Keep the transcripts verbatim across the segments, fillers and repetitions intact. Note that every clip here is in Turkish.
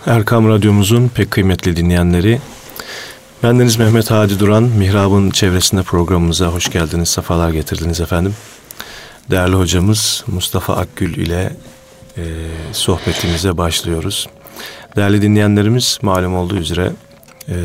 Erkam Radyomuzun pek kıymetli dinleyenleri, bendeniz Mehmet Hadi Duran, Mihrab'ın çevresinde programımıza hoş geldiniz, sefalar getirdiniz efendim. Değerli hocamız Mustafa Akgül ile e, sohbetimize başlıyoruz. Değerli dinleyenlerimiz, malum olduğu üzere e,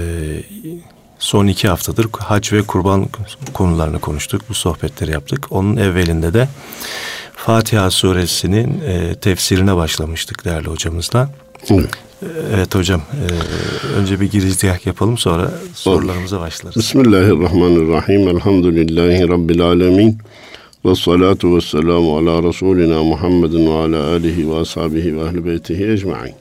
son iki haftadır hac ve kurban konularını konuştuk, bu sohbetleri yaptık. Onun evvelinde de Fatiha suresinin e, tefsirine başlamıştık değerli hocamızla. Evet. Evet hocam, e, önce bir girizgah yapalım, sonra sorularımıza başlarız. Bismillahirrahmanirrahim. Elhamdülillahi Rabbil alemin. Ve salatu ve selamu ala Resulina Muhammedin ve ala alihi ve ashabihi ve ehl-i beytihi ecma'in.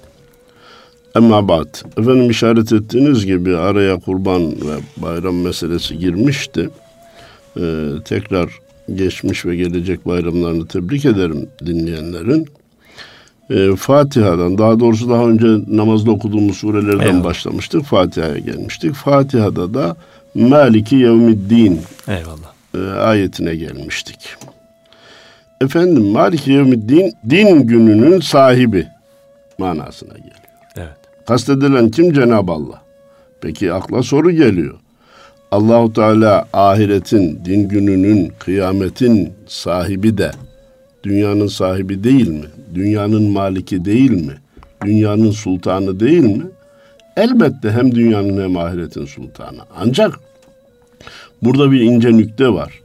Amma ba'd. Efendim, işaret ettiğiniz gibi araya kurban ve bayram meselesi girmişti. Ee, tekrar geçmiş ve gelecek bayramlarını tebrik ederim dinleyenlerin. Ee, Fatiha'dan, daha doğrusu daha önce namazda okuduğumuz surelerden Eyvallah. başlamıştık. Fatiha'ya gelmiştik. Fatiha'da da Maliki Yevmiddin Eyvallah. E, ayetine gelmiştik. Efendim, Maliki Yevmiddin, din gününün sahibi manasına geliyor. Evet. Kastedilen kim? Cenab-ı Allah. Peki akla soru geliyor. Allah-u Teala ahiretin, din gününün, kıyametin sahibi de dünyanın sahibi değil mi? Dünyanın maliki değil mi? Dünyanın sultanı değil mi? Elbette hem dünyanın hem ahiretin sultanı. Ancak burada bir ince nükte var.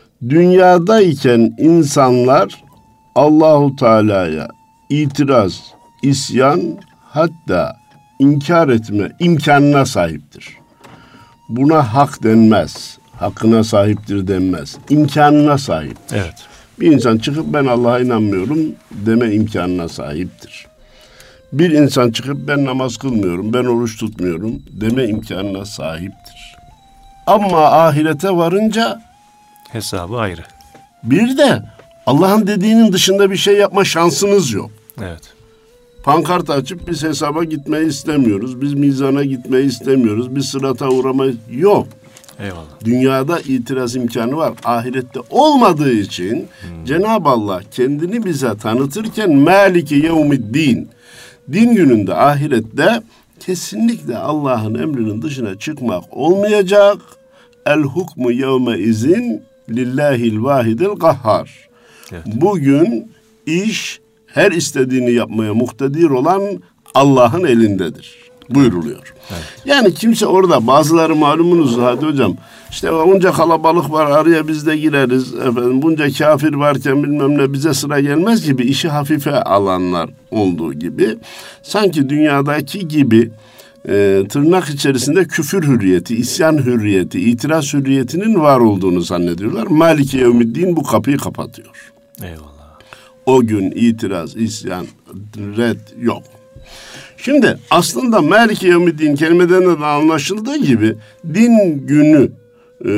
Dünyadayken insanlar Allahu Teala'ya itiraz, isyan, hatta inkar etme imkanına sahiptir. Buna hak denmez. Hakkına sahiptir denmez. İmkanına sahiptir. Evet. Bir insan çıkıp ben Allah'a inanmıyorum deme imkanına sahiptir. Bir insan çıkıp ben namaz kılmıyorum, ben oruç tutmuyorum deme imkanına sahiptir. Ama ahirete varınca hesabı ayrı. Bir de Allah'ın dediğinin dışında bir şey yapma şansınız yok. Evet. Pankart açıp biz hesaba gitmeyi istemiyoruz, biz mizana gitmeyi istemiyoruz, biz sırata uğramayı yok. Eyvallah. Dünyada itiraz imkanı var. Ahirette olmadığı için hmm. Cenab-ı Allah kendini bize tanıtırken Maliki Yevmiddin, din gününde, ahirette kesinlikle Allah'ın emrinin dışına çıkmak olmayacak. El hukmu yevme izin lillahil vahidil gahhar. Evet. Bugün iş her istediğini yapmaya muktedir olan Allah'ın elindedir buyuruluyor. Evet. Yani kimse orada, bazıları malumunuz hadi hocam, işte onca kalabalık var, araya biz de gireriz efendim, bunca kafir varken bilmem ne bize sıra gelmez gibi işi hafife alanlar olduğu gibi, sanki dünyadaki gibi e, tırnak içerisinde küfür hürriyeti, isyan hürriyeti, itiraz hürriyetinin var olduğunu zannediyorlar. Maliki Yevmiddin bu kapıyı kapatıyor. Eyvallah. O gün itiraz, isyan, red yok. Şimdi aslında Maliki Yevmiddin kelimeden de anlaşıldığı gibi din günü e,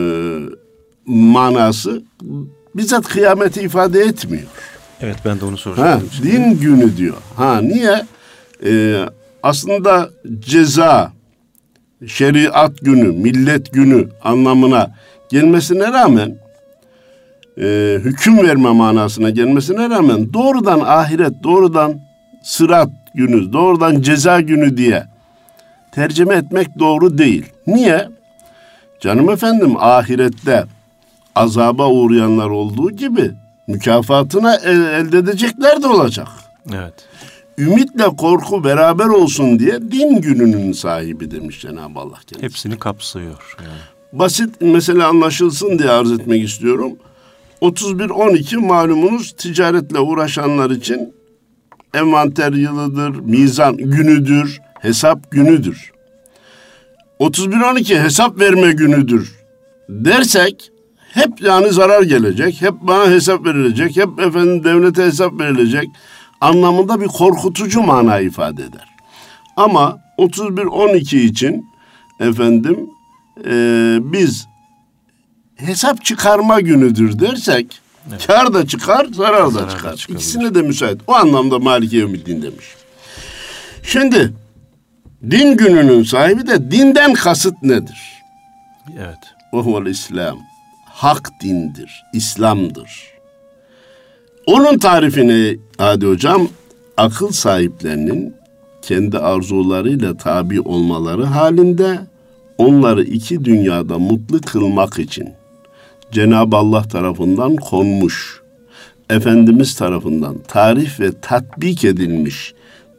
manası bizzat kıyameti ifade etmiyor. Evet, ben de onu soracaktım. Ha, din günü diyor. Ha niye? E, aslında ceza, şeriat günü, millet günü anlamına gelmesine rağmen, e, hüküm verme manasına gelmesine rağmen doğrudan ahiret, doğrudan sırat günü, doğrudan ceza günü diye tercüme etmek doğru değil. Niye? Canım efendim, ahirette azaba uğrayanlar olduğu gibi mükafatına el, elde edecekler de olacak. Evet. Ümitle korku beraber olsun diye din gününün sahibi demiş Cenab-ı Allah kendisi. Hepsini kapsıyor. Yani. Basit mesele anlaşılsın diye arz etmek istiyorum. otuz bir on iki malumunuz ticaretle uğraşanlar için envanter yılıdır, mizan günüdür, hesap günüdür. otuz bir on iki hesap verme günüdür dersek hep yani zarar gelecek, hep bana hesap verilecek, hep efendim devlete hesap verilecek anlamında bir korkutucu mana ifade eder. Ama otuz bir on iki için efendim e, biz hesap çıkarma günüdür dersek, evet, kar da çıkar, zarar da zarar çıkar. Da İkisine de müsait. O anlamda Maliki Yevmiddin demiş. Şimdi din gününün sahibi de dinden kasıt nedir? Evet. O huvel İslam. Hak dindir, İslam'dır. Onun tarifini hadi hocam, akıl sahiplerinin kendi arzularıyla tabi olmaları halinde onları iki dünyada mutlu kılmak için Cenab-ı Allah tarafından konmuş, Efendimiz tarafından tarif ve tatbik edilmiş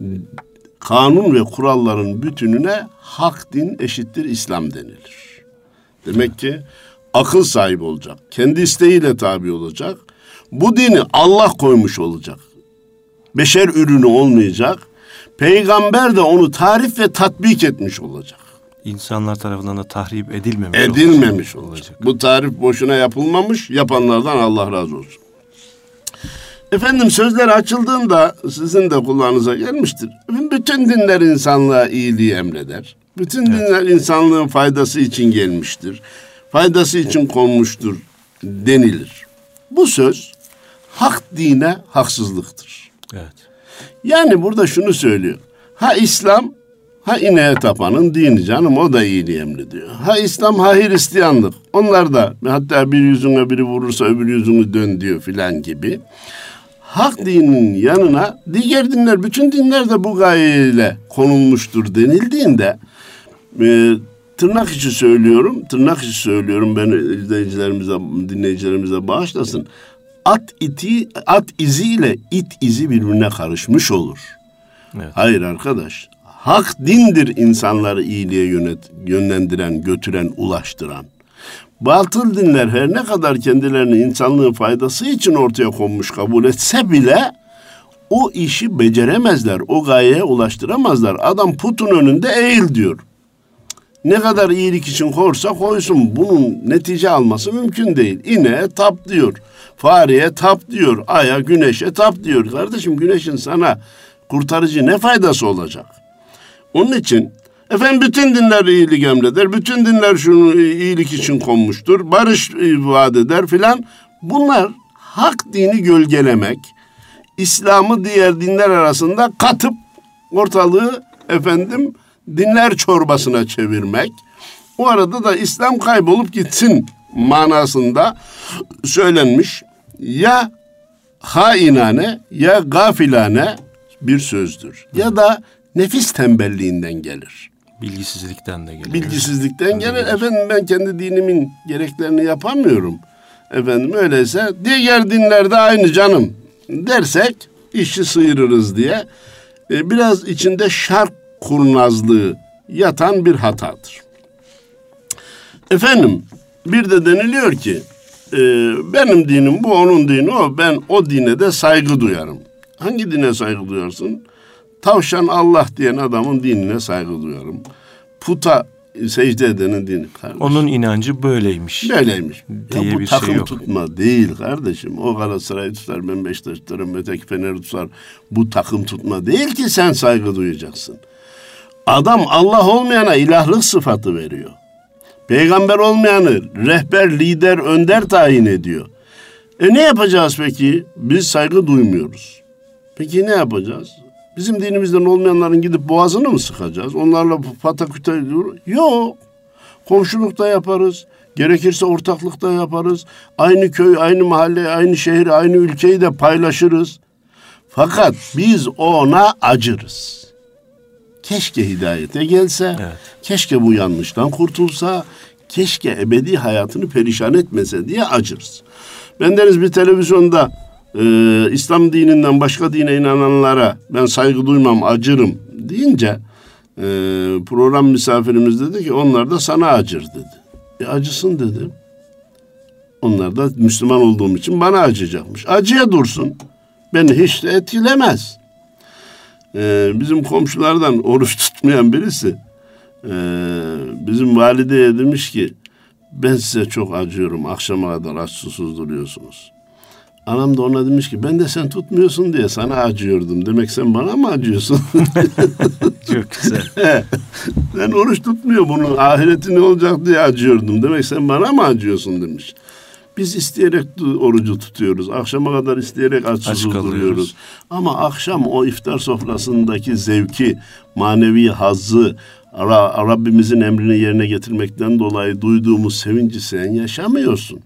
kanun ve kuralların bütününe hak din eşittir İslam denilir. Demek ki akıl sahibi olacak, kendi isteğiyle tabi olacak, bu dini Allah koymuş olacak, beşer ürünü olmayacak, peygamber de onu tarif ve tatbik etmiş olacak. İnsanlar tarafından da tahrip edilmemiş, edilmemiş olacak. olacak. Bu tarif boşuna yapılmamış, yapanlardan Allah razı olsun. Efendim sözler açıldığında sizin de kulağınıza gelmiştir. Bütün dinler insanlığa iyiliği emreder. Bütün evet. dinler insanlığın faydası için gelmiştir. Faydası için konmuştur denilir. Bu söz hak dine haksızlıktır. Evet. Yani burada şunu söylüyor. Ha İslam, ha ineğe tapanın dini canım, o da iyiliği emrediyor. Ha İslam, ha Hristiyanlık. Onlar da hatta bir yüzüne biri vurursa öbür yüzünü dön diyor filan gibi. Hak dininin yanına diğer dinler, bütün dinler de bu gayeyle konulmuştur denildiğinde e, tırnak içi söylüyorum, tırnak içi söylüyorum, ben izleyicilerimize, dinleyicilerimize bağışlasın. At iti, at iziyle it izi birbirine karışmış olur. Evet. Hayır arkadaş, hak dindir insanları iyiliğe yönet, yönlendiren, götüren, ulaştıran. Batıl dinler her ne kadar kendilerini insanlığın faydası için ortaya konmuş kabul etse bile o işi beceremezler, o gayeye ulaştıramazlar. Adam putun önünde eğil diyor. Ne kadar iyilik için korsa koysun, bunun netice alması mümkün değil. İneğe tap diyor, fareye tap diyor, aya, güneşe tap diyor. Kardeşim, güneşin sana kurtarıcı ne faydası olacak? Onun için efendim bütün dinler iyilik emreder, bütün dinler şunu iyilik için konmuştur, barış vaat eder filan. Bunlar hak dini gölgelemek, İslam'ı diğer dinler arasında katıp ortalığı efendim dinler çorbasına çevirmek. O arada da İslam kaybolup gitsin manasında söylenmiş ya hainane ya gafilane bir sözdür. Ya da nefis tembelliğinden gelir. Bilgisizlikten de gelir. Bilgisizlikten gelir. gelir. Efendim ben kendi dinimin gereklerini yapamıyorum. Efendim öyleyse diğer dinlerde aynı canım dersek işi sıyırırız diye e, biraz içinde şark kurnazlığı yatan bir hatadır. Efendim bir de deniliyor ki e, benim dinim bu, onun dini o, ben o dine de saygı duyarım. Hangi dine saygı duyarsın? Tavşan Allah diyen adamın dinine saygı duyarım. Puta secde edenin dini kardeşim. Onun inancı böyleymiş. Böyleymiş. Diye ya bu bir takım şey yok. tutma değil kardeşim. O Galatasaray'ı tutar, ben Beşiktaş tutarım, öteki Fener'i tutar. Bu takım tutma değil ki sen saygı duyacaksın. Adam Allah olmayana ilahlık sıfatı veriyor. Peygamber olmayanı rehber, lider, önder tayin ediyor. E ne yapacağız peki? Biz saygı duymuyoruz. Peki ne yapacağız? Bizim dinimizden olmayanların gidip boğazını mı sıkacağız? Onlarla pataküte ediyoruz. Yok. Komşulukta yaparız. Gerekirse ortaklıkta yaparız. Aynı köy, aynı mahalle, aynı şehir, aynı ülkeyi de paylaşırız. Fakat biz ona acırız. Keşke hidayete gelse. Evet. Keşke bu yanlıştan kurtulsa. Keşke ebedi hayatını perişan etmese diye acırız. Bendeniz bir televizyonda Ee, İslam dininden başka dine inananlara ben saygı duymam, acırım deyince e, program misafirimiz dedi ki onlar da sana acır dedi. E acısın dedim. Onlar da Müslüman olduğum için bana acıyacakmış. Acıya dursun. Beni hiç de etkilemez. Ee, bizim komşulardan oruç tutmayan birisi e, bizim valideye demiş ki ben size çok acıyorum. Akşama kadar aç susuz duruyorsunuz. Anam da ona demiş ki ben de sen tutmuyorsun diye sana acıyordum. Demek sen bana mı acıyorsun? Çok güzel. Ben oruç tutmuyor, bunun ahireti ne olacak diye acıyordum. Demek sen bana mı acıyorsun demiş. Biz isteyerek orucu tutuyoruz. Akşama kadar isteyerek aç susuz duruyoruz. Ama akşam o iftar sofrasındaki zevki, manevi hazzı, Rabbimizin emrini yerine getirmekten dolayı duyduğumuz sevinci sen yaşamıyorsun.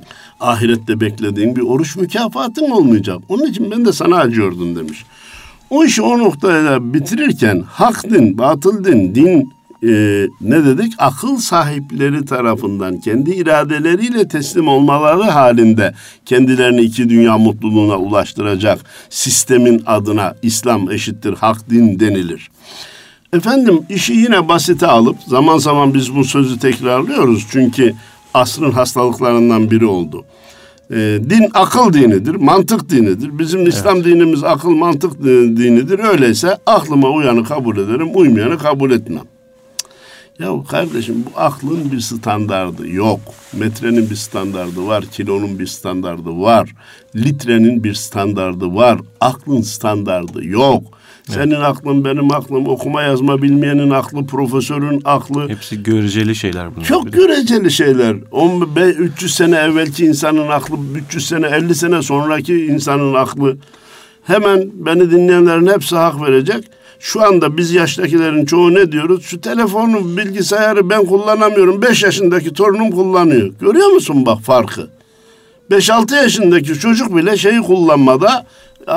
Ahirette beklediğin bir oruç mükafatın olmayacak. Onun için ben de sana acıyordum demiş. O işi o noktaya bitirirken hak din, batıl din, din e, ne dedik? Akıl sahipleri tarafından kendi iradeleriyle teslim olmaları halinde kendilerini iki dünya mutluluğuna ulaştıracak sistemin adına İslam eşittir hak din denilir. Efendim işi yine basite alıp zaman zaman biz bu sözü tekrarlıyoruz çünkü asrın hastalıklarından biri oldu. E, din akıl dinidir, mantık dinidir. Bizim evet. İslam dinimiz akıl mantık dinidir. Öyleyse aklıma uyanı kabul ederim, uymayanı kabul etmem. Ya kardeşim bu aklın bir standardı yok. Metrenin bir standardı var, kilonun bir standardı var. Litrenin bir standardı var. Aklın standardı yok. Senin evet. aklın, benim aklım, okuma yazma bilmeyenin aklı, profesörün aklı. Hepsi göreceli şeyler bunlar. Çok göreceli şeyler. üç yüz sene evvelki insanın aklı, üç yüz sene, elli sene sonraki insanın aklı. Hemen beni dinleyenlerin hepsi hak verecek. Şu anda biz yaştakilerin çoğu ne diyoruz? Şu telefonu, bilgisayarı ben kullanamıyorum. Beş yaşındaki torunum kullanıyor. Görüyor musun bak farkı? Beş altı yaşındaki çocuk bile şeyi kullanmada,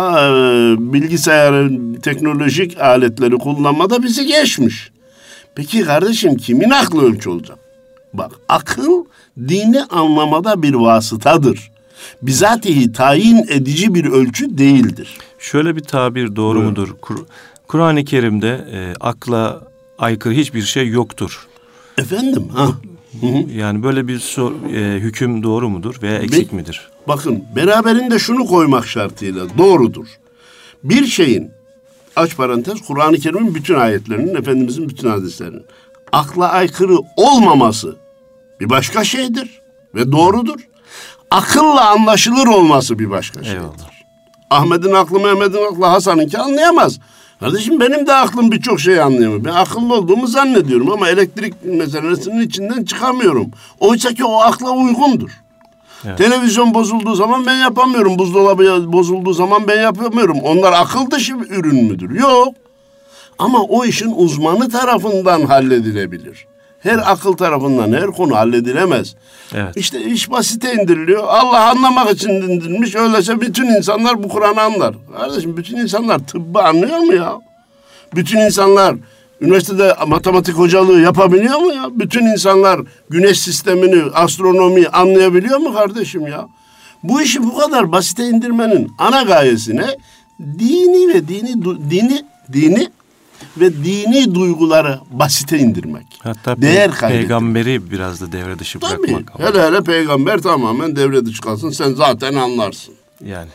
bilgisayarın teknolojik aletleri kullanmada bizi geçmiş. Peki kardeşim kimin aklı ölçü olacak? Bak akıl dini anlamada bir vasıtadır. Bizatihi tayin edici bir ölçü değildir. Şöyle bir tabir doğru evet. mudur? Kur- Kur'an-ı Kerim'de e, akla aykırı hiçbir şey yoktur. Efendim? Ha. Yani böyle bir sor, e, hüküm doğru mudur veya eksik Be- midir? Bakın beraberinde şunu koymak şartıyla doğrudur. Bir şeyin aç parantez Kur'an-ı Kerim'in bütün ayetlerinin, Efendimizin bütün hadislerinin akla aykırı olmaması bir başka şeydir ve doğrudur. Akılla anlaşılır olması bir başka şeydir. Eyvallah. Ahmet'in aklı, Mehmet'in aklı, Hasan'ınki anlayamaz. Kardeşim benim de aklım birçok şeyi anlayamıyor. Ben akıllı olduğumu zannediyorum ama elektrik meselesinin içinden çıkamıyorum. Oysa ki o akla uygundur. Evet. Televizyon bozulduğu zaman ben yapamıyorum. Buzdolabı bozulduğu zaman ben yapamıyorum. Onlar akıl dışı bir ürün müdür? Yok. Ama o işin uzmanı tarafından halledilebilir. Her akıl tarafından her konu halledilemez. Evet. İşte iş basite indiriliyor. Allah anlamak için indirilmiş. Öyleyse bütün insanlar bu Kur'an'ı anlar. Kardeşim bütün insanlar tıbbı anlıyor mu ya? Bütün insanlar üniversitede matematik hocalığı yapabiliyor mu ya? Bütün insanlar güneş sistemini, astronomiyi anlayabiliyor mu kardeşim ya? Bu işi bu kadar basite indirmenin ana gayesine dini ve dini dini dini ve dini duyguları basite indirmek. Hatta değer pe- peygamberi biraz da devre dışı Tabii, bırakmak. Tabii. Hele hele peygamber tamamen devre dışı kalsın. Sen zaten anlarsın. Yani.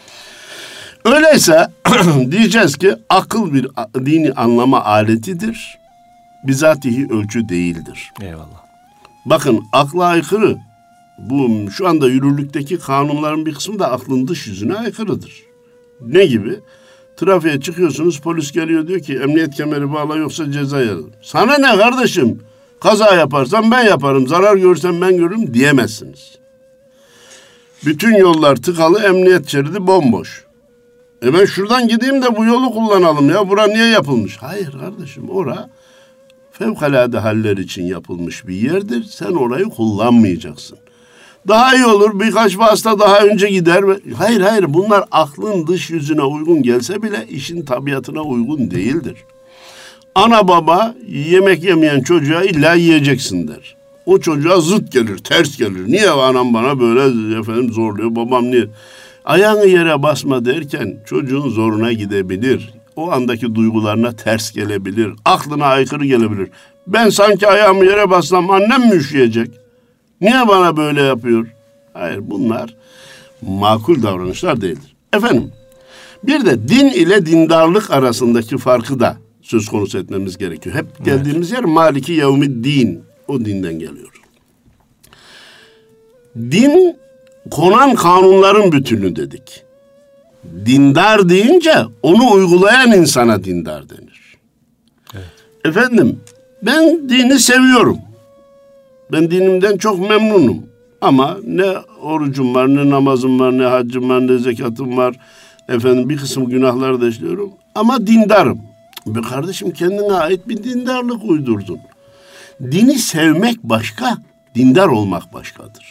Öyleyse diyeceğiz ki akıl bir dini anlama aletidir. Bizatihi ölçü değildir. Eyvallah. Bakın akla aykırı. Bu şu anda yürürlükteki kanunların bir kısmı da aklın dış yüzüne aykırıdır. Ne gibi? Trafiğe çıkıyorsunuz, polis geliyor diyor ki emniyet kemeri bağla yoksa ceza yazın. Sana ne kardeşim? Kaza yaparsan ben yaparım, zarar görürsem ben görürüm diyemezsiniz. Bütün yollar tıkalı, emniyet şeridi bomboş. E ben şuradan gideyim de bu yolu kullanalım ya. Bura niye yapılmış? Hayır kardeşim, ora fevkalade haller için yapılmış bir yerdir. Sen orayı kullanmayacaksın. Daha iyi olur, birkaç vasıta daha önce gider. Hayır hayır, bunlar aklın dış yüzüne uygun gelse bile işin tabiatına uygun değildir. Ana baba yemek yemeyen çocuğa illa yiyeceksin der. O çocuğa zıt gelir, ters gelir. Niye anam bana böyle efendim zorluyor, babam niye? Ayağını yere basma derken çocuğun zoruna gidebilir. O andaki duygularına ters gelebilir. Aklına aykırı gelebilir. Ben sanki ayağımı yere bassam annem mi üşüyecek? Niye bana böyle yapıyor? Hayır, bunlar makul davranışlar değildir. Efendim, bir de din ile dindarlık arasındaki farkı da söz konusu etmemiz gerekiyor. Hep geldiğimiz evet. yer Maliki Yevmiddin. O dinden geliyor. Din, konan kanunların bütünü dedik. Dindar deyince onu uygulayan insana dindar denir. Evet. Efendim, ben dini seviyorum. Ben dinimden çok memnunum. Ama ne orucum var, ne namazım var, ne haccım var, ne zekatım var. Efendim bir kısım günahları da işliyorum. Ama dindarım. Be kardeşim, kendine ait bir dindarlık uydurdun. Dini sevmek başka, dindar olmak başkadır.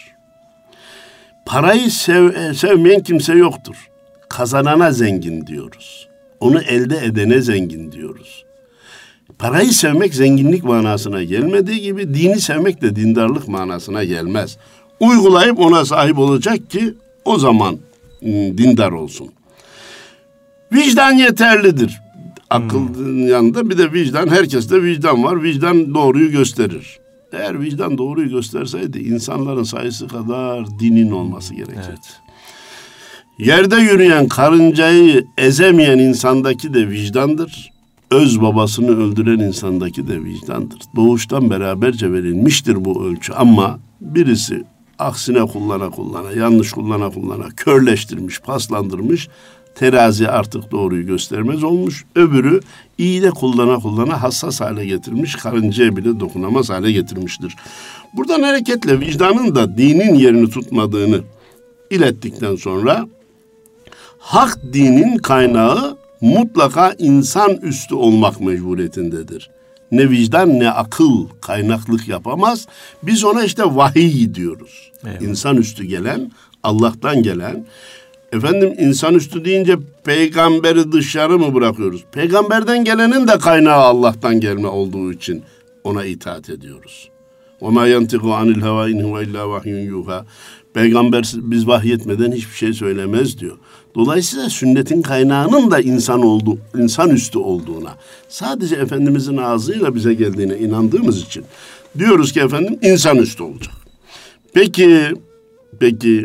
Parayı sev, sevmeyen kimse yoktur. Kazanana zengin diyoruz. Onu elde edene zengin diyoruz. Parayı sevmek zenginlik manasına gelmediği gibi dini sevmek de dindarlık manasına gelmez. Uygulayıp ona sahip olacak ki o zaman dindar olsun. Vicdan yeterlidir. Akılın hmm. yanında bir de vicdan. Herkeste vicdan var. Vicdan doğruyu gösterir. Eğer vicdan doğruyu gösterseydi insanların sayısı kadar dinin olması gerekirdi. Evet. Yerde yürüyen karıncayı ezemeyen insandaki de vicdandır. Öz babasını öldüren insandaki de vicdandır. Doğuştan beraberce verilmiştir bu ölçü ama birisi aksine kullana kullana, yanlış kullana kullana körleştirmiş, paslandırmış, terazi artık doğruyu göstermez olmuş. Öbürü iyi de kullana kullana hassas hale getirmiş, karıncaya bile dokunamaz hale getirmiştir. Buradan hareketle vicdanın da dinin yerini tutmadığını ilettikten sonra hak dinin kaynağı mutlaka insan üstü olmak mecburiyetindedir. Ne vicdan ne akıl kaynaklık yapamaz. Biz ona işte vahiy diyoruz. Evet. İnsan üstü gelen, Allah'tan gelen. Efendim insan üstü deyince peygamberi dışarı mı bırakıyoruz? Peygamberden gelenin de kaynağı Allah'tan gelme olduğu için ona itaat ediyoruz. وَمَا يَنْتِقُ عَنِ الْهَوَا اِنْ هُوَ اِلَّا وَحْيٌ يُوحَى. Peygamber biz vahyetmeden hiçbir şey söylemez diyor. Dolayısıyla sünnetin kaynağının da insan olduğu, insan üstü olduğuna, sadece Efendimizin ağzıyla bize geldiğine inandığımız için diyoruz ki efendim insan üstü olacak. Peki, peki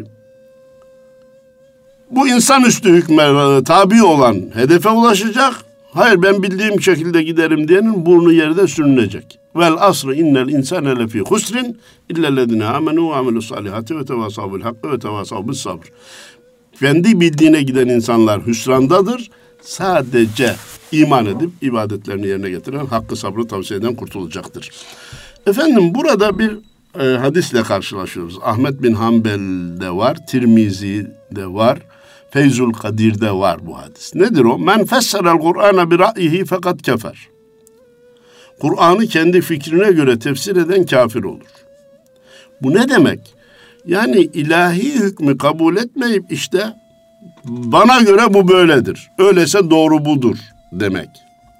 bu insan üstü hükme tabi olan hedefe ulaşacak. Hayır ben bildiğim şekilde giderim diyenin burnu yerde sürünecek. Vel asrı innel insane lefî husrin illellezine amenu ve amelus salihati ve tevasav bil hakkı ve tevasav bis sabr. Kendi bildiğine giden insanlar hüsrandadır. Sadece iman edip ibadetlerini yerine getiren, hakkı sabrı tavsiye eden kurtulacaktır. Efendim burada bir e, hadisle karşılaşıyoruz. Ahmet bin Hanbel'de var, Tirmizi'de var, Feyzul Kadir'de var bu hadis. Nedir o? Men fesserel Kur'an'a bi ra'yihi fakat kefer. Kur'an'ı kendi fikrine göre tefsir eden kafir olur. Bu ne demek? Yani ilahi hükmü kabul etmeyip işte bana göre bu böyledir. Öyleyse doğru budur demek.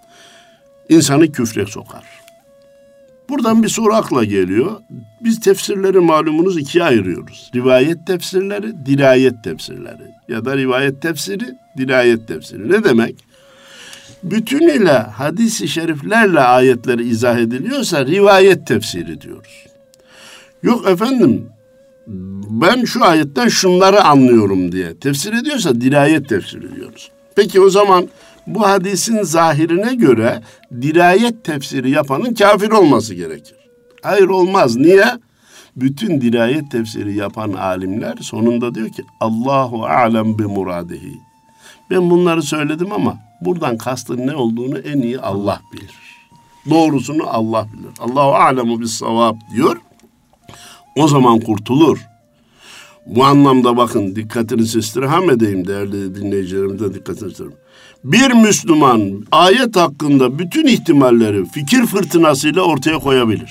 İnsanı küfre sokar. Buradan bir soru akla geliyor. Biz tefsirleri malumunuz ikiye ayırıyoruz. Rivayet tefsirleri, dirayet tefsirleri. Ya da rivayet tefsiri, dirayet tefsiri. Ne demek? Bütünüyle hadis-i şeriflerle ayetleri izah ediliyorsa rivayet tefsiri diyoruz. Yok efendim ben şu ayetten şunları anlıyorum diye tefsir ediyorsa dirayet tefsiri diyoruz. Peki o zaman bu hadisin zahirine göre dirayet tefsiri yapanın kafir olması gerekir. Hayır olmaz. Niye? Bütün dirayet tefsiri yapan alimler sonunda diyor ki Allahu a'lem bi muradihi. Ben bunları söyledim ama buradan kastın ne olduğunu en iyi Allah bilir. Doğrusunu Allah bilir. Allahu a'lemu bis savab diyor. O zaman kurtulur. Bu anlamda bakın dikkatinizi istirham edeyim değerli dinleyicilerimden dikkatinizi istirham. Bir Müslüman ayet hakkında bütün ihtimalleri fikir fırtınasıyla ortaya koyabilir.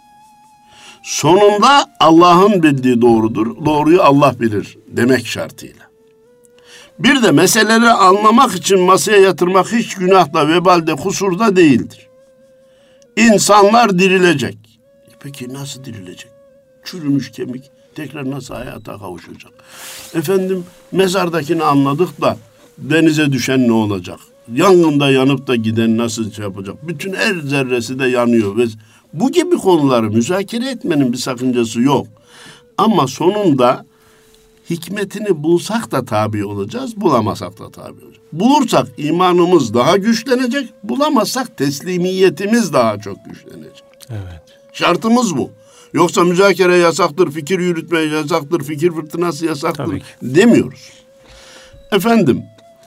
Sonunda Allah'ın bildiği doğrudur, doğruyu Allah bilir demek şartıyla. Bir de meseleleri anlamak için masaya yatırmak hiç günahla, vebalde, kusurda değildir. İnsanlar dirilecek. E peki nasıl dirilecek? Çürümüş kemik tekrar nasıl hayata kavuşacak? Efendim mezardakini anladık da denize düşen ne olacak? Yangında yanıp da giden nasıl şey yapacak? Bütün her zerresi de yanıyor. Ve bu gibi konuları müzakere etmenin bir sakıncası yok. Ama sonunda hikmetini bulsak da tabi olacağız, bulamasak da tabi olacağız. Bulursak imanımız daha güçlenecek, bulamazsak teslimiyetimiz daha çok güçlenecek. Evet. Şartımız bu. Yoksa müzakere yasaktır, fikir yürütme yasaktır, fikir fırtınası yasaktır demiyoruz. Efendim,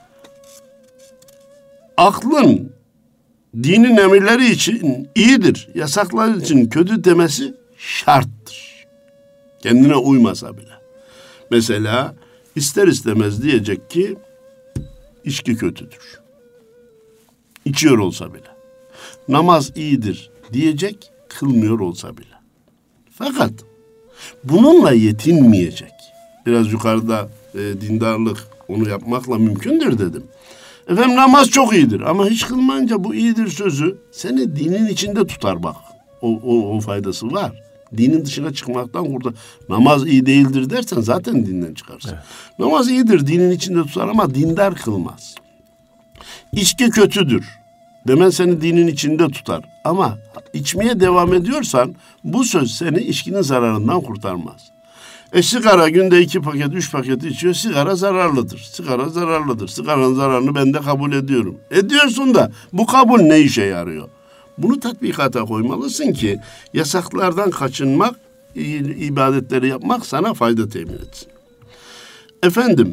aklın dinin emirleri için iyidir, yasaklar için kötü demesi şarttır. Kendine uymasa bile. Mesela ister istemez diyecek ki içki kötüdür. İçiyor olsa bile. Namaz iyidir diyecek, kılmıyor olsa bile. Fakat bununla yetinmeyecek. Biraz yukarıda e, dindarlık onu yapmakla mümkündür dedim. Efendim namaz çok iyidir ama hiç kılmayınca bu iyidir sözü seni dinin içinde tutar bak. O, o, o faydası var. Dinin dışına çıkmaktan kurtar. Namaz iyi değildir dersen zaten dinden çıkarsın. Evet. Namaz iyidir, dinin içinde tutar ama dindar kılmaz. İçki kötüdür. Demen seni dinin içinde tutar. Ama içmeye devam ediyorsan bu söz seni içkinin zararından kurtarmaz. E sigara günde iki paket, üç paket içiyor. Sigara zararlıdır. Sigara zararlıdır. Sigaranın zararını ben de kabul ediyorum. Ediyorsun da bu kabul ne işe yarıyor? Bunu tatbikata koymalısın ki yasaklardan kaçınmak, ibadetleri yapmak sana fayda temin etsin. Efendim,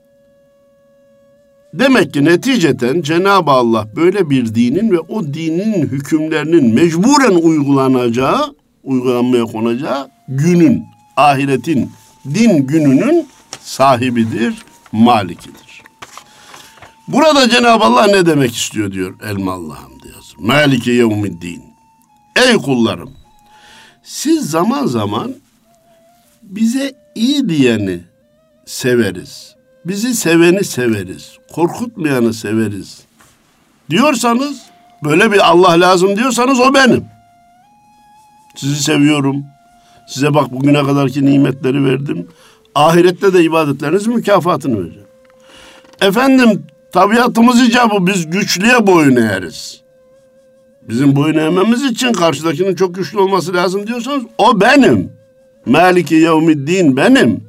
demek ki neticeten Cenab-ı Allah böyle bir dinin ve o dinin hükümlerinin mecburen uygulanacağı, uygulanmaya konacağı günün, ahiretin, din gününün sahibidir, malikidir. Burada Cenab-ı Allah ne demek istiyor diyor Elmalı Hamdi yazır. Maliki yevmiddin. Ey kullarım, siz zaman zaman bize iyi diyeni severiz. Bizi seveni severiz. Korkutmayanı severiz. Diyorsanız, böyle bir Allah lazım diyorsanız o benim. Sizi seviyorum. Size bak bugüne kadarki nimetleri verdim. Ahirette de ibadetlerinizin mükafatını vereceğim. Efendim tabiatımız icabı biz güçlüye boyun eğeriz. Bizim boyun eğmemiz için karşıdakinin çok güçlü olması lazım diyorsanız o benim. Maliki yevmiddin benim.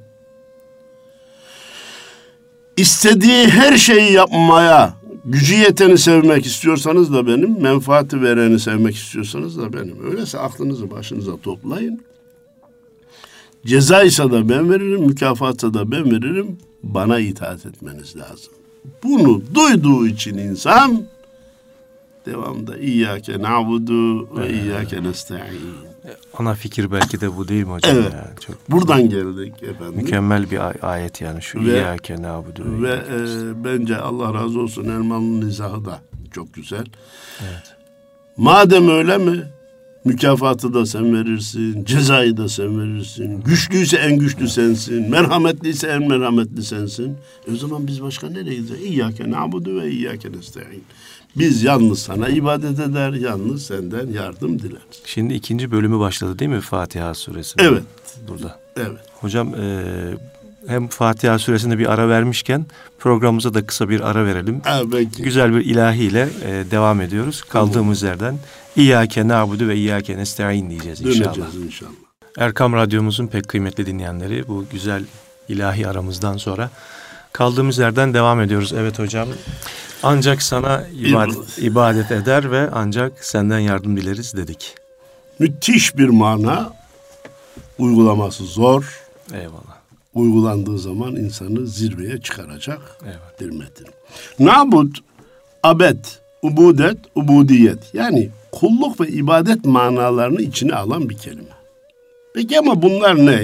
İstediği her şeyi yapmaya gücü yeteni sevmek istiyorsanız da benim, menfaati vereni sevmek istiyorsanız da benim. Öyleyse aklınızı başınıza toplayın. Cezaysa da ben veririm, mükafatsa da ben veririm. Bana itaat etmeniz lazım. Bunu duyduğu için insan devamında İyyâke na'budu ve İyyâke nesta'in. Ana fikir belki de bu değil mi hocam? Evet. Ya? Çok buradan geldik efendim. Mükemmel bir ay- ayet yani şu İyyâke na'budu. Ve e, bence Allah razı olsun Elmalı'nın izahı da çok güzel. Evet. Madem öyle mi? Mükafatı da sen verirsin, cezayı da sen verirsin. Güçlüyse en güçlü sensin, merhametliyse en merhametli sensin. E o zaman biz başka nereye gideceğiz? İyyâke na'budu ve İyyâke nesta'in. Biz yalnız sana ibadet eder, yalnız senden yardım dileriz. Şimdi ikinci bölümü başladı değil mi Fatiha suresinin? Evet. Burada. Evet. Hocam e, hem Fatiha suresine bir ara vermişken programımıza da kısa bir ara verelim. Evet. Güzel bir ilahiyle e, devam ediyoruz. Kaldığımız tamam. yerden İyyâke na'budu ve İyyâke nesta'in diyeceğiz inşallah. Döneceğiz inşallah. Erkam Radyomuzun pek kıymetli dinleyenleri, bu güzel ilahi aramızdan sonra kaldığımız yerden devam ediyoruz. Evet hocam. Ancak sana ibadet, ibadet eder ve ancak senden yardım dileriz dedik. Müthiş bir mana, uygulaması zor. Eyvallah. Uygulandığı zaman insanı zirveye çıkaracak evet. bir metin. Nabud, abed, ubudet, ubudiyet. Yani kulluk ve ibadet manalarını içine alan bir kelime. Peki ama bunlar ne?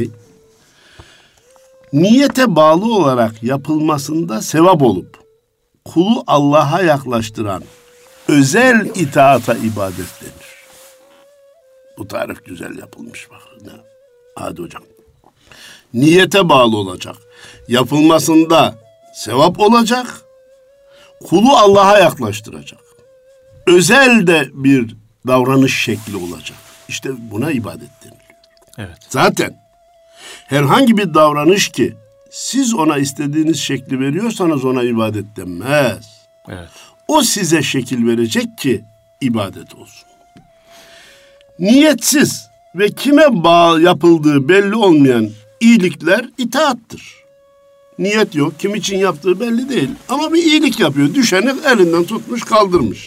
Niyete bağlı olarak yapılmasında sevap olup kulu Allah'a yaklaştıran özel itaata ibadet denir. Bu tarif güzel yapılmış bak. Hadi hocam. Niyete bağlı olacak. Yapılmasında sevap olacak. Kulu Allah'a yaklaştıracak. Özel de bir davranış şekli olacak. İşte buna ibadet deniliyor. Evet. Zaten herhangi bir davranış ki siz ona istediğiniz şekli veriyorsanız ona ibadet denmez. Evet. O size şekil verecek ki ibadet olsun. Niyetsiz ve kime bağ yapıldığı belli olmayan iyilikler itaattır. Niyet yok, kim için yaptığı belli değil. Ama bir iyilik yapıyor, düşeni elinden tutmuş kaldırmış.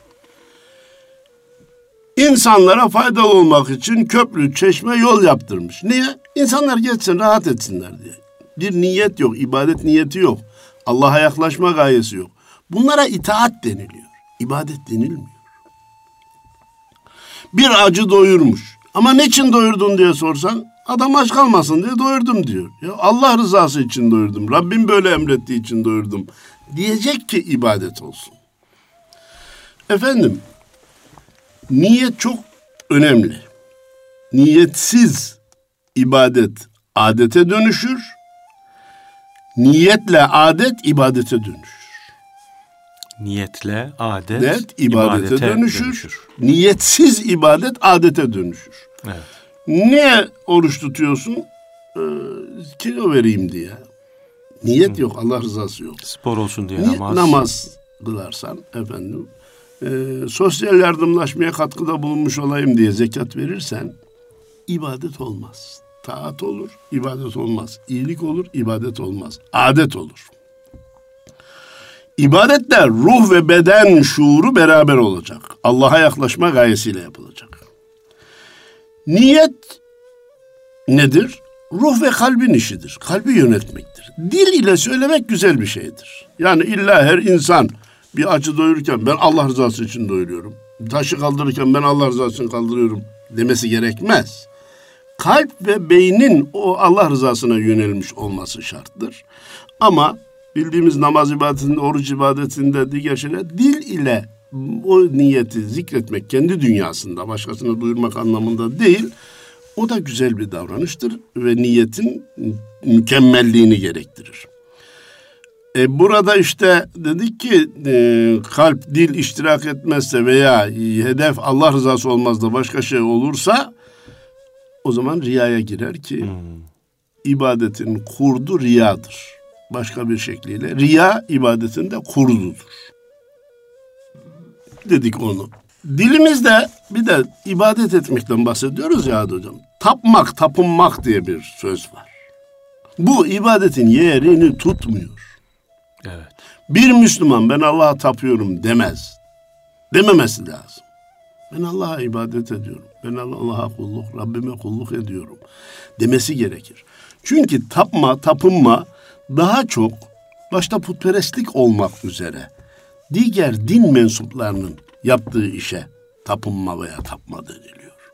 İnsanlara faydalı olmak için köprü, çeşme, yol yaptırmış. Niye? İnsanlar geçsin, rahat etsinler diye. Bir niyet yok, ibadet niyeti yok. Allah'a yaklaşma gayesi yok. Bunlara itaat deniliyor. İbadet denilmiyor. Bir acı doyurmuş. Ama ne için doyurdun diye sorsan, adam aç kalmasın diye doyurdum diyor. Ya Allah rızası için doyurdum. Rabbim böyle emrettiği için doyurdum. Diyecek ki ibadet olsun. Efendim, niyet çok önemli. Niyetsiz ibadet adete dönüşür. Niyetle adet ibadete dönüşür. Niyetle adet Net ibadete, ibadete dönüşür. dönüşür. Niyetsiz ibadet adete dönüşür. Evet. Niye oruç tutuyorsun? Ee, kilo vereyim diye. Niyet Hı. yok, Allah rızası yok. Spor olsun diye Ni- namaz. Namaz kılarsan efendim, e, sosyal yardımlaşmaya katkıda bulunmuş olayım diye zekat verirsen ibadet olmaz. Taat olur, ibadet olmaz. İyilik olur, ibadet olmaz. Adet olur. İbadetle ruh ve beden şuuru beraber olacak. Allah'a yaklaşma gayesiyle yapılacak. Niyet nedir? Ruh ve kalbin işidir. Kalbi yönetmektir. Dil ile söylemek güzel bir şeydir. Yani illa her insan bir acı doyururken ben Allah rızası için doyuruyorum, taşı kaldırırken ben Allah rızası için kaldırıyorum demesi gerekmez. Kalp ve beynin o Allah rızasına yönelmiş olması şarttır. Ama bildiğimiz namaz ibadetinde, oruç ibadetinde, diğer şeyler dil ile o niyeti zikretmek kendi dünyasında başkasına duyurmak anlamında değil. O da güzel bir davranıştır ve niyetin mükemmelliğini gerektirir. E burada işte dedik ki e, kalp, dil iştirak etmezse veya hedef Allah rızası olmaz da başka şey olursa o zaman riyaya girer ki hmm. ibadetin kurdu riyadır. Başka bir şekliyle riya ibadetin de kurdudur. Dedik onu. Dilimizde bir de ibadet etmekten bahsediyoruz ya hocam. Tapmak, tapınmak diye bir söz var. Bu ibadetin yerini tutmuyor. Evet. Bir Müslüman ben Allah'a tapıyorum demez. Dememesi lazım. Ben Allah'a ibadet ediyorum. Ben Allah'a kulluk, Rabbime kulluk ediyorum demesi gerekir. Çünkü tapma, tapınma daha çok başta putperestlik olmak üzere diğer din mensuplarının yaptığı işe tapınma veya tapma deniliyor.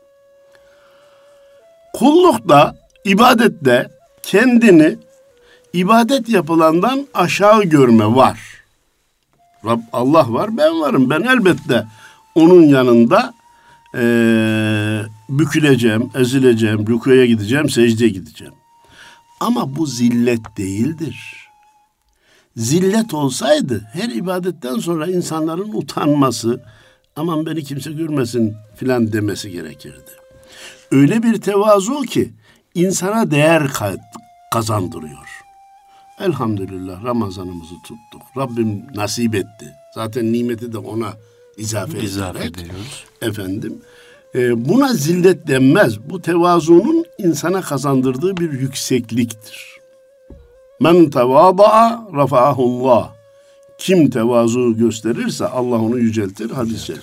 Kullukta, ibadette kendini ibadet yapılandan aşağı görme var. Rab, Allah var, ben varım. Ben elbette onun yanında ee, büküleceğim, ezileceğim, rükûya gideceğim, secdeye gideceğim. Ama bu zillet değildir. Zillet olsaydı her ibadetten sonra insanların utanması, aman beni kimse görmesin filan demesi gerekirdi. Öyle bir tevazu ki insana değer kazandırıyor. Elhamdülillah Ramazanımızı tuttuk. Rabbim nasip etti. Zaten nimeti de ona izafe, izafe ediyoruz. Efendim, e, buna zillet denmez. Bu tevazunun insana kazandırdığı bir yüksekliktir. Men tevâda'a rafa'ahullah. Kim tevazu gösterirse Allah onu yüceltir. Hadis-i şerif.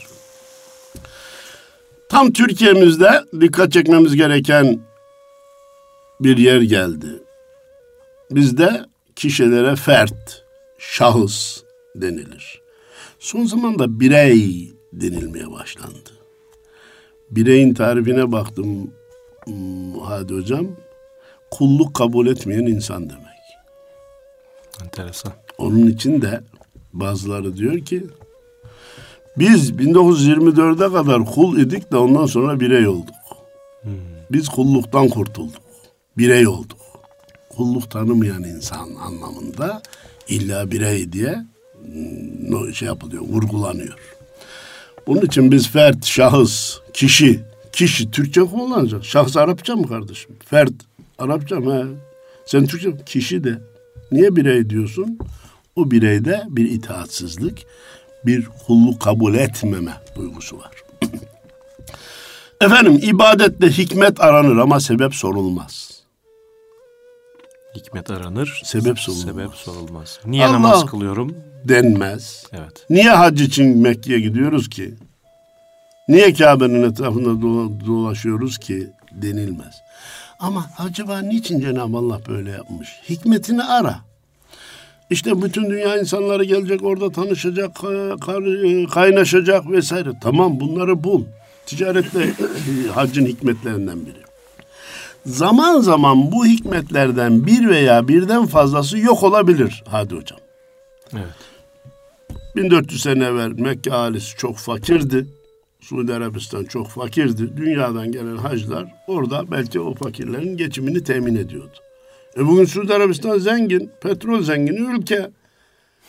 Tam Türkiye'mizde dikkat çekmemiz gereken bir yer geldi. Bizde kişilere fert, şahıs denilir. Son zamanda birey denilmeye başlandı. Bireyin tarifine baktım Hadi hocam. Kulluk kabul etmeyen insan demek. Enteresan. Onun için de bazıları diyor ki biz bin dokuz yüz yirmi dörde kadar kul idik de ondan sonra birey olduk. Hmm. Biz kulluktan kurtulduk. Birey olduk. Kulluk tanımayan insan anlamında illa birey diye şey yapılıyor, vurgulanıyor. Bunun için biz fert, şahıs, kişi, kişi Türkçe kullanacak. Şahıs Arapça mı kardeşim? Fert, Arapça mı? He. Sen Türkçe kişi de. Niye birey diyorsun? O bireyde bir itaatsizlik, bir kulluk kabul etmeme duygusu var. Efendim, ibadette hikmet aranır ama sebep sorulmaz. Hikmet aranır, sebep sorulmaz. Sebep sorulmaz. Niye Allah namaz kılıyorum? Denmez. Evet. Niye hac için Mekke'ye gidiyoruz ki? Niye Kabe'nin etrafında dolaşıyoruz ki? Denilmez. Ama acaba niçin Cenab-ı Allah böyle yapmış? Hikmetini ara. İşte bütün dünya insanları gelecek, orada tanışacak, kaynaşacak vesaire. Tamam, bunları bul. Ticarette haccın hikmetlerinden biri. Zaman zaman bu hikmetlerden bir veya birden fazlası yok olabilir Hadi hocam. Evet. bin dört yüz sene evvel Mekke ahalisi çok fakirdi. Suudi Arabistan çok fakirdi. Dünyadan gelen hacılar orada belki o fakirlerin geçimini temin ediyordu. E bugün Suudi Arabistan zengin, petrol zengini ülke.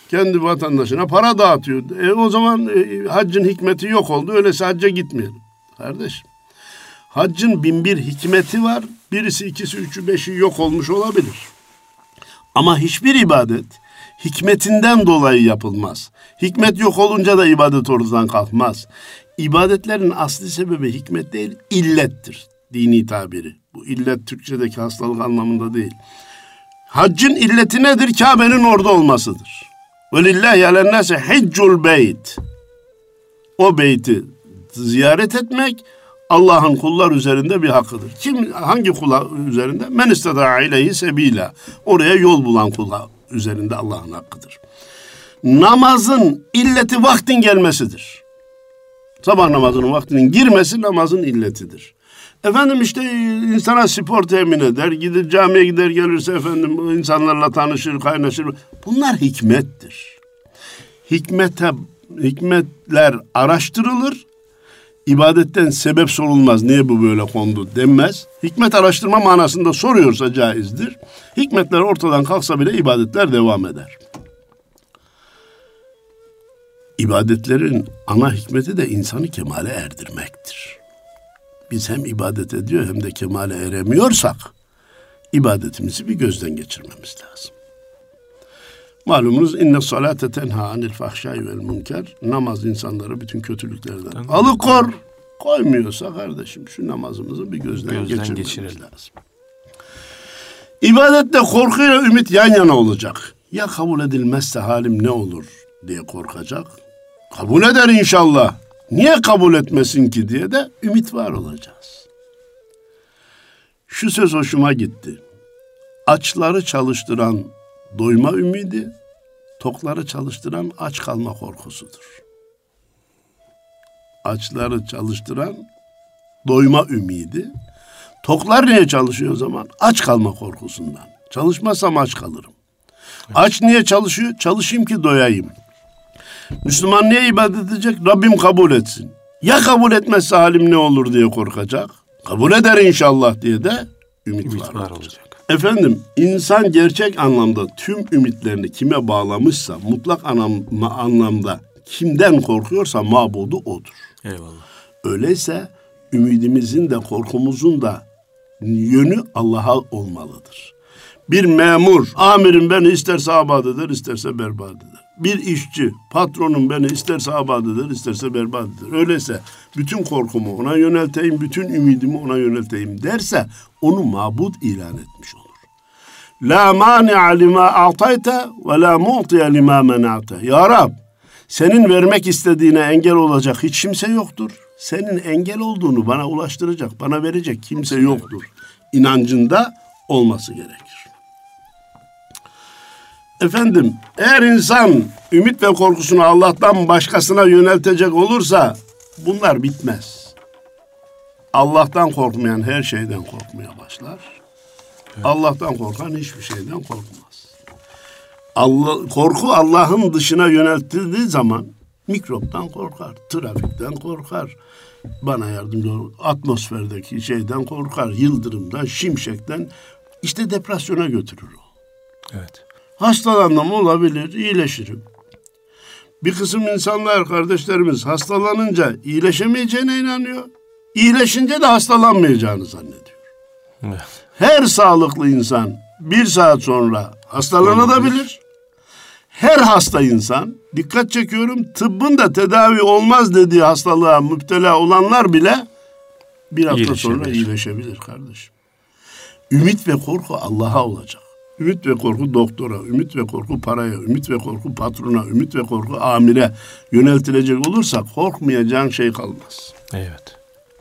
Kendi vatandaşına para dağıtıyor. E, o zaman e, haccın hikmeti yok oldu. Öyleyse hacca gitmeyelim. Kardeşim, haccın bin bir hikmeti var. Birisi, ikisi, üçü, beşi yok olmuş olabilir. Ama hiçbir ibadet hikmetinden dolayı yapılmaz. Hikmet yok olunca da ibadet ortadan kalkmaz. İbadetlerin asli sebebi hikmet değil, illettir. Dini tabiri. Bu illet Türkçedeki hastalık anlamında değil. Haccın illeti nedir? Kabe'nin orada olmasıdır. وَلِلَّهِ عَلَى النَّاسِ حِجُّ الْبَيْتِ. O beyti ziyaret etmek Allah'ın kullar üzerinde bir hakkıdır. Kim, hangi kula üzerinde? Men istata'a ileyhi sebila. Oraya yol bulan kula üzerinde Allah'ın hakkıdır. Namazın illeti vaktin gelmesidir. Sabah namazının vaktinin girmesi namazın illetidir. Efendim işte insana spor temin eder, gider camiye gider gelirse efendim insanlarla tanışır, kaynaşır. Bunlar hikmettir. Hikmete, hikmetler araştırılır. İbadetten sebep sorulmaz. Niye bu böyle kondu denmez. Hikmet araştırma manasında soruyorsa caizdir. Hikmetler ortadan kalksa bile ibadetler devam eder. İbadetlerin ana hikmeti de insanı kemale erdirmektir. Biz hem ibadet ediyor hem de kemale eremiyorsak ibadetimizi bir gözden geçirmemiz lazım. Malumunuz inne salate tenha anil fahşai vel münker. Namaz insanları bütün kötülüklerden tamam. alıkor. Koymuyorsa kardeşim şu namazımızı bir gözden, gözden geçirmemiz geçirelim. lazım. İbadetle korkuyla ümit yan yana olacak. Ya kabul edilmezse halim ne olur diye korkacak. Kabul eder inşallah. Niye kabul etmesin ki diye de ümit var olacağız. Şu söz hoşuma gitti. Açları çalıştıran doyma ümidi, tokları çalıştıran aç kalma korkusudur. Açları çalıştıran doyma ümidi, toklar niye çalışıyor o zaman? Aç kalma korkusundan. Çalışmazsam aç kalırım. Evet. Aç niye çalışıyor? Çalışayım ki doyayım. Müslüman niye ibadet edecek? Rabbim kabul etsin. Ya kabul etmezse halim ne olur diye korkacak. Kabul eder inşallah diye de ümit, ümit var, var olacak. olacak. Efendim, insan gerçek anlamda tüm ümitlerini kime bağlamışsa, mutlak anlamda, anlamda kimden korkuyorsa mabudu odur. Eyvallah. Öyleyse ümidimizin de korkumuzun da yönü Allah'a olmalıdır. Bir memur, amirim beni isterse abad eder, isterse berbat eder. Bir işçi, patronum beni isterse abad eder, isterse berbat eder. Öyleyse bütün korkumu ona yönelteyim, bütün ümidimi ona yönelteyim derse onu mabud ilan etmiş olur. La mani'a lima a'tayte ve la mu'tiye lima mena'te. Ya Rab, senin vermek istediğine engel olacak hiç kimse yoktur. Senin engel olduğunu bana ulaştıracak, bana verecek kimse yoktur. İnancında olması gerekir. Efendim, eğer insan ümit ve korkusunu Allah'tan başkasına yöneltecek olursa bunlar bitmez. Allah'tan korkmayan her şeyden korkmaya başlar. Evet. Allah'tan korkan hiçbir şeyden korkmaz. Allah, korku Allah'ın dışına yöneltildiği zaman mikroptan korkar, trafikten korkar, bana yardımcı olur, atmosferdeki şeyden korkar, yıldırımdan, şimşekten, işte depresyona götürür o. Evet. Hastalanmam olabilir, iyileşirim. Bir kısım insanlar, kardeşlerimiz hastalanınca iyileşemeyeceğine inanıyor. İyileşince de hastalanmayacağını zannediyor. Evet. Her sağlıklı insan bir saat sonra hastalanabilir. Her hasta insan, dikkat çekiyorum, tıbbın da tedavi olmaz dediği hastalığa müptela olanlar bile bir hafta sonra iyileşebilir kardeşim. Ümit ve korku Allah'a olacak. Ümit ve korku doktora, ümit ve korku paraya, ümit ve korku patrona, ümit ve korku amire yöneltilecek olursa korkmayacağın şey kalmaz. Evet.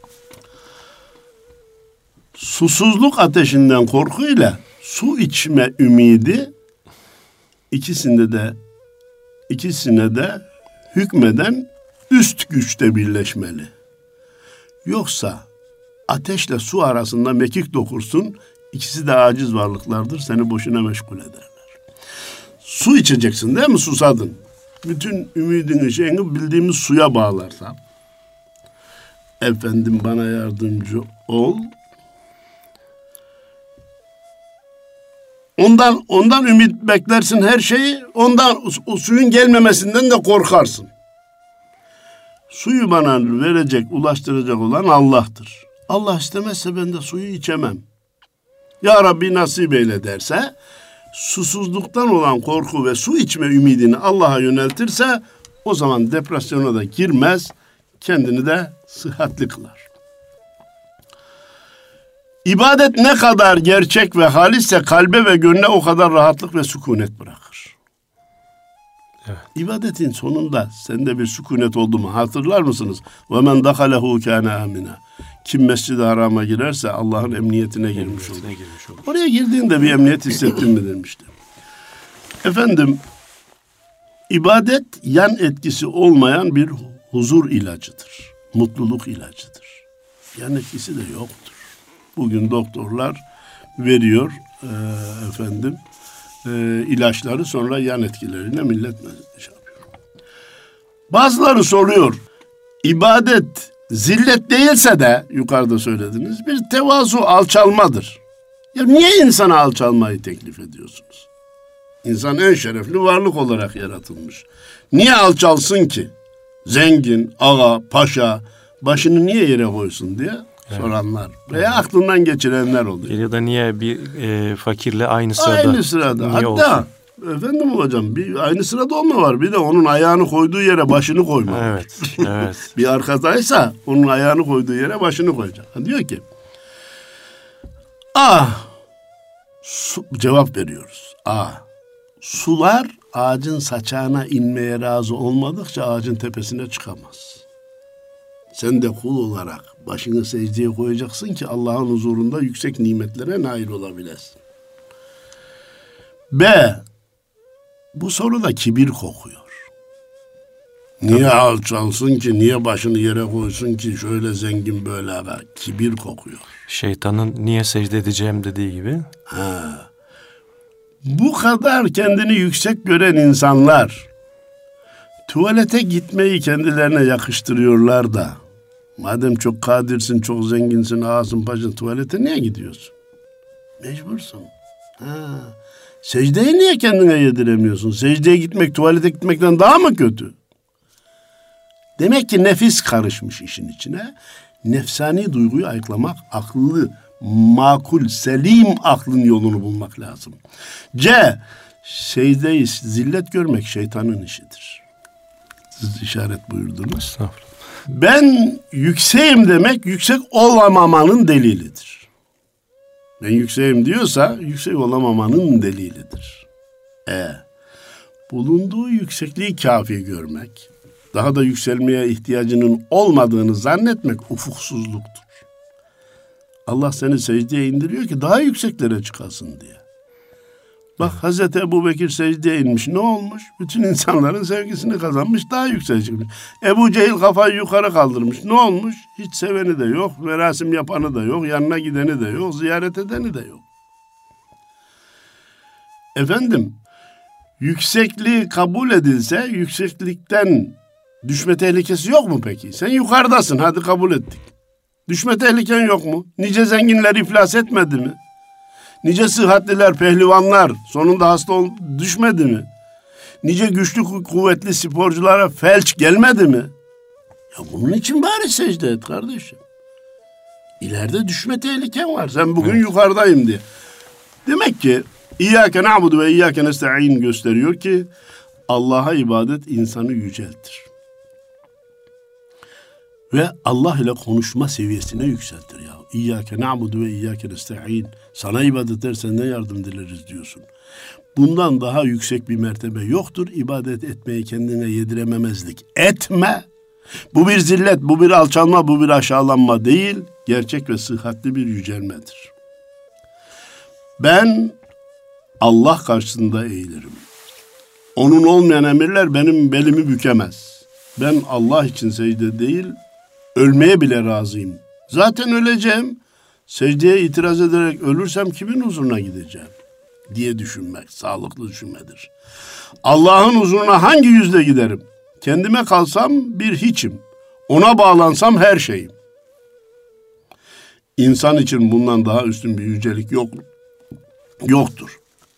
Susuzluk ateşinden korkuyla su içme ümidi ikisinde de ikisine de hükmeden üst güçte birleşmeli. Yoksa ateşle su arasında mekik dokursun, İkisi de aciz varlıklardır. Seni boşuna meşgul ederler. Su içeceksin değil mi? Susadın. Bütün ümidini, şeyini bildiğimiz suya bağlarsan. Efendim bana yardımcı ol. Ondan ondan ümit beklersin her şeyi. Ondan o suyun gelmemesinden de korkarsın. Suyu bana verecek, ulaştıracak olan Allah'tır. Allah istemezse ben de suyu içemem. Ya Rabbi nasip eyle derse, susuzluktan olan korku ve su içme ümidini Allah'a yöneltirse, o zaman depresyona da girmez, kendini de sıhhatli kılar. İbadet ne kadar gerçek ve halisse kalbe ve gönle o kadar rahatlık ve sükunet bırakır. Evet. İbadetin sonunda sende bir sükunet oldu mu hatırlar mısınız? وَمَنْ دَخَلَهُ كَانَ آمِنًا. Kim Mescid-i Haram'a girerse Allah'ın emniyetine girmiş olur. girmiş olur. Oraya girdiğinde bir emniyet hissettin mi demiştim. Efendim, ibadet yan etkisi olmayan bir huzur ilacıdır. Mutluluk ilacıdır. Yan etkisi de yoktur. Bugün doktorlar veriyor e, efendim e, ilaçları, sonra yan etkileriyle millet şey yapıyor. Bazıları soruyor, ibadet zillet değilse de yukarıda söylediniz bir tevazu, alçalmadır. Ya niye insana alçalmayı teklif ediyorsunuz? İnsan en şerefli varlık olarak yaratılmış. Niye alçalsın ki? Zengin, ağa, paşa başını niye yere koysun diye evet. soranlar veya evet. aklından geçirenler oluyor. Ya da niye bir e, fakirle aynı sırada? Aynı sırada. Hatta olsun? Efendim hocam bir aynı sırada olma var. Bir de onun ayağını koyduğu yere başını koyma. Evet. Evet. Bir arkadaysa onun ayağını koyduğu yere başını koyacak. Diyor ki ah su, cevap veriyoruz. Ah sular ağacın saçağına inmeye razı olmadıkça ağacın tepesine çıkamaz. Sen de kul olarak başını secdeye koyacaksın ki Allah'ın huzurunda yüksek nimetlere nail olabilesin. B. Bu soruda kibir kokuyor. Niye alçalsın ki, niye başını yere koysun ki, şöyle zengin böyle haber. Kibir kokuyor. Şeytanın niye secde edeceğim dediği gibi. Ha. Bu kadar kendini yüksek gören insanlar tuvalete gitmeyi kendilerine yakıştırıyorlar da madem çok kadirsin, çok zenginsin, ağasın, paşın, tuvalete niye gidiyorsun? Mecbursun. Ha. Secdeyi niye kendine yediremiyorsun? Secdeye gitmek tuvalete gitmekten daha mı kötü? Demek ki nefis karışmış işin içine. Nefsani duyguyu ayıklamak, akıllı, makul, selim aklın yolunu bulmak lazım. C. Secdeyi zillet görmek şeytanın işidir. Siz işaret buyurdunuz. Estağfurullah. Ben yükseğim demek yüksek olamamanın delilidir. Ben yükseğim diyorsa yüksek olamamanın delilidir. E. Bulunduğu yüksekliği kafi görmek, daha da yükselmeye ihtiyacının olmadığını zannetmek ufuksuzluktur. Allah seni secdeye indiriyor ki daha yükseklere çıkasın diye. Bak evet. Hazreti Ebubekir secdeye inmiş. Ne olmuş? Bütün insanların sevgisini kazanmış, daha yükseğe çıkmış. Ebu Cehil kafayı yukarı kaldırmış. Ne olmuş? Hiç seveni de yok, merasim yapanı da yok, yanına gideni de yok, ziyaret edeni de yok. Efendim, yüksekliği kabul edilse yükseklikten düşme tehlikesi yok mu peki? Sen yukarıdasın, hadi kabul ettik. Düşme tehliken yok mu? Nice zenginler iflas etmedi mi? Nice sıhhatliler, pehlivanlar sonunda hasta ol, düşmedi mi? Nice güçlü, kuvvetli sporculara felç gelmedi mi? Ya bunun için bari secde et kardeşim. İleride düşme tehliken var. Sen bugün evet. yukarıdayım diye. Demek ki İyyâke na'budu ve iyyâke nesta'in gösteriyor ki Allah'a ibadet insanı yüceltir. Ve Allah ile konuşma seviyesine yükseltir ya. İyyâke na'budu ve iyyâke nesta'in. Sana ibadet eder, senden yardım dileriz diyorsun. Bundan daha yüksek bir mertebe yoktur. İbadet etmeyi kendine yedirememezlik etme. Bu bir zillet, bu bir alçalma, bu bir aşağılanma değil. Gerçek ve sıhhatli bir yücelmedir. Ben Allah karşısında eğilirim. Onun olmayan emirler benim belimi bükemez. Ben Allah için secde değil, ölmeye bile razıyım. Zaten öleceğim. Secdeye itiraz ederek ölürsem kimin huzuruna gideceğim diye düşünmek sağlıklı düşünmedir. Allah'ın huzuruna hangi yüzle giderim? Kendime kalsam bir hiçim. Ona bağlansam her şeyim. İnsan için bundan daha üstün bir yücelik yok, yoktur.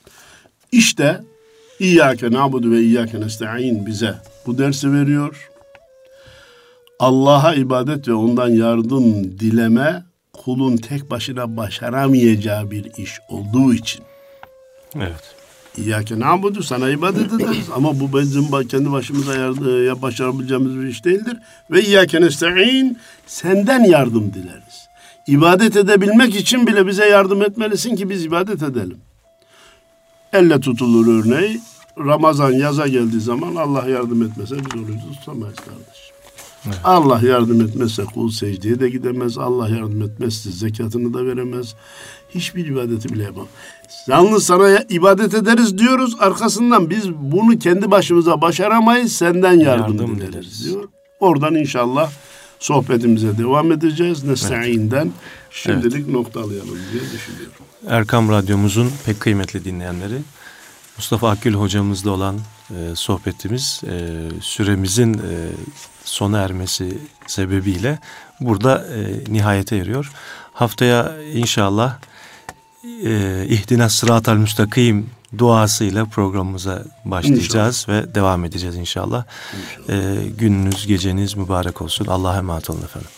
İşte İyyâke na'budu ve İyyâke nesta'in bize bu dersi veriyor. Allah'a ibadet ve ondan yardım dileme kulun tek başına başaramayacağı bir iş olduğu için. Evet. İyyâke na'budu, sana ibadet ederiz ama bu bizim kendi başımıza yardım, ya başarabileceğimiz bir iş değildir. Ve İyyâke nesta'in, senden yardım dileriz. İbadet edebilmek için bile bize yardım etmelisin ki biz ibadet edelim. Elle tutulur örneği. Ramazan yaza geldiği zaman Allah yardım etmese biz orucu tutamayız kardeşim. Evet. Allah yardım etmezse kul secdeye de gidemez. Allah yardım etmezse zekatını da veremez. Hiçbir ibadeti bile yapamaz. Yalnız sana ibadet ederiz diyoruz. Arkasından biz bunu kendi başımıza başaramayız. Senden yardım, yardım dileriz, dileriz diyor. Oradan inşallah sohbetimize devam edeceğiz. Nestaîn'den evet. Şimdilik evet. noktalayalım diye düşünüyorum. Erkam Radyomuzun pek kıymetli dinleyenleri, Mustafa Akgül hocamızla olan e, sohbetimiz e, süremizin e, sona ermesi sebebiyle burada e, nihayete eriyor. Haftaya inşallah e, İhdina sıratal müstakim duasıyla programımıza başlayacağız inşallah. Ve devam edeceğiz inşallah. inşallah. E, gününüz, geceniz mübarek olsun. Allah'a emanet olun efendim.